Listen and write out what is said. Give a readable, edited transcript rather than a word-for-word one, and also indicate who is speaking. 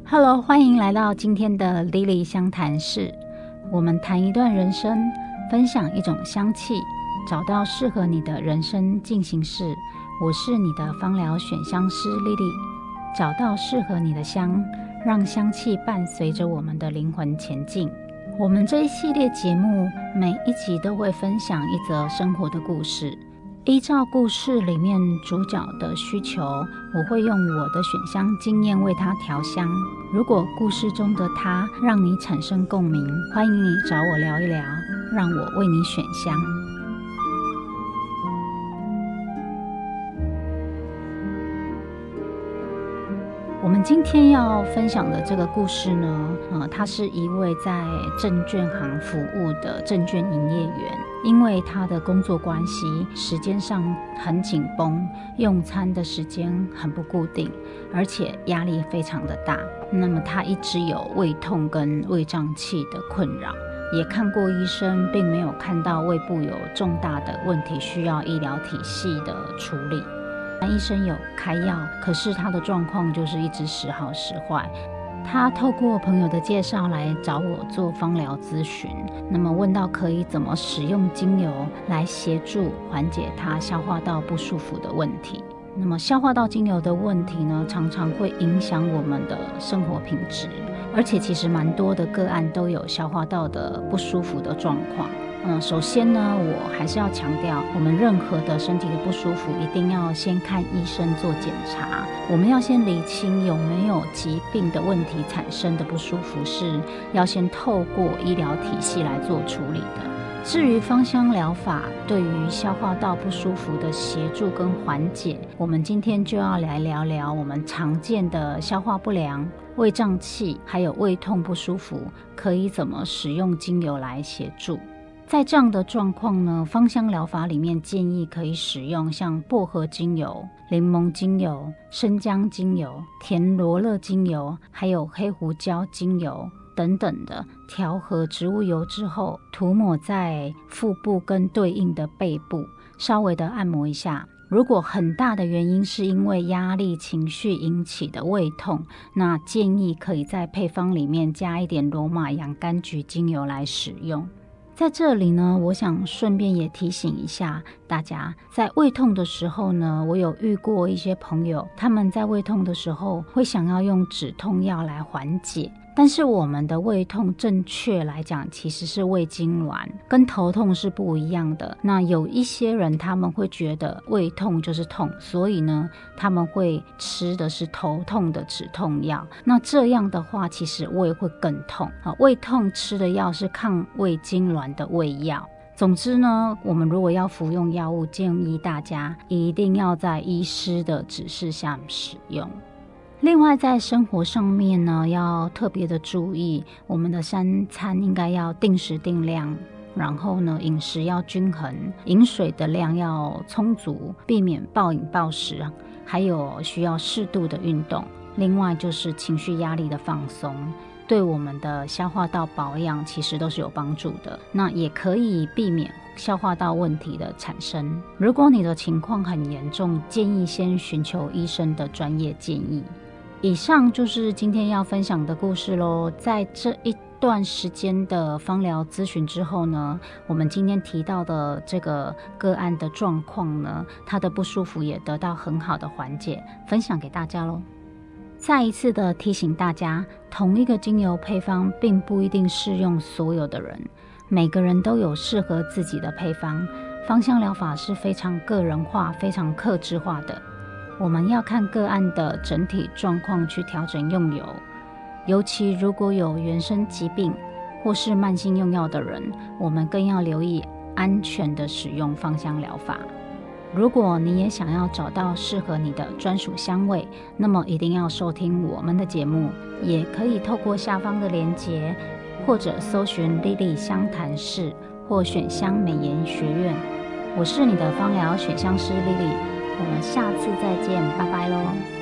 Speaker 1: Hello， 欢迎来到今天的 Lily 相谈室。我们谈一段人生，分享一种香气，找到适合你的人生进行式。我是你的芳疗选香师 Lily， 找到适合你的香，让香气伴随着我们的灵魂前进。我们这一系列节目，每一集都会分享一则生活的故事。依照故事里面主角的需求，我会用我的选香经验为他调香。如果故事中的他让你产生共鸣，欢迎你找我聊一聊，让我为你选香。我们今天要分享的这个故事呢，他是一位在证券行服务的证券营业员。因为他的工作关系，时间上很紧绷，用餐的时间很不固定，而且压力非常的大。那么他一直有胃痛跟胃胀气的困扰，也看过医生，并没有看到胃部有重大的问题需要医疗体系的处理。医生有开药，可是他的状况就是一直时好时坏。他透过朋友的介绍来找我做芳疗咨询，那么问到可以怎么使用精油来协助缓解他消化道不舒服的问题。那么消化道精油的问题呢，常常会影响我们的生活品质，而且其实蛮多的个案都有消化道的不舒服的状况。首先呢，我还是要强调，我们任何的身体的不舒服，一定要先看医生做检查。我们要先厘清有没有疾病的问题产生的不舒服，是要先透过医疗体系来做处理的。至于芳香疗法对于消化道不舒服的协助跟缓解，我们今天就要来聊聊我们常见的消化不良、胃胀气还有胃痛不舒服，可以怎么使用精油来协助。在这样的状况呢，芳香疗法里面建议可以使用像薄荷精油、柠檬精油、生姜精油、甜罗勒精油，还有黑胡椒精油等等的调和植物油之后，涂抹在腹部跟对应的背部，稍微的按摩一下。如果很大的原因是因为压力情绪引起的胃痛，那建议可以在配方里面加一点罗马洋甘菊精油来使用。在这里呢，我想顺便也提醒一下大家，在胃痛的时候呢，我有遇过一些朋友，他们在胃痛的时候会想要用止痛药来缓解，但是我们的胃痛正确来讲其实是胃痉挛，跟头痛是不一样的。那有一些人他们会觉得胃痛就是痛，所以呢他们会吃的是头痛的止痛药，那这样的话其实胃会更痛。胃痛吃的药是抗胃痉挛的胃药。总之呢，我们如果要服用药物，建议大家一定要在医师的指示下使用。另外在生活上面呢，要特别的注意，我们的三餐应该要定时定量，然后呢饮食要均衡，饮水的量要充足，避免暴饮暴食，还有需要适度的运动。另外就是情绪压力的放松，对我们的消化道保养其实都是有帮助的，那也可以避免消化道问题的产生。如果你的情况很严重，建议先寻求医生的专业建议。以上就是今天要分享的故事咯。在这一段时间的芳疗咨询之后呢，我们今天提到的这个个案的状况呢，他的不舒服也得到很好的缓解，分享给大家咯。再一次的提醒大家，同一个精油配方并不一定适用所有的人，每个人都有适合自己的配方。芳香疗法是非常个人化、非常客制化的，我们要看个案的整体状况去调整用油。尤其如果有原生疾病或是慢性用药的人，我们更要留意安全的使用芳香疗法。如果你也想要找到适合你的专属香味，那么一定要收听我们的节目，也可以透过下方的连结，或者搜寻 Lily 香谈室或选香美颜学院。我是你的芳疗选香师 Lily，我们下次再见，拜拜咯。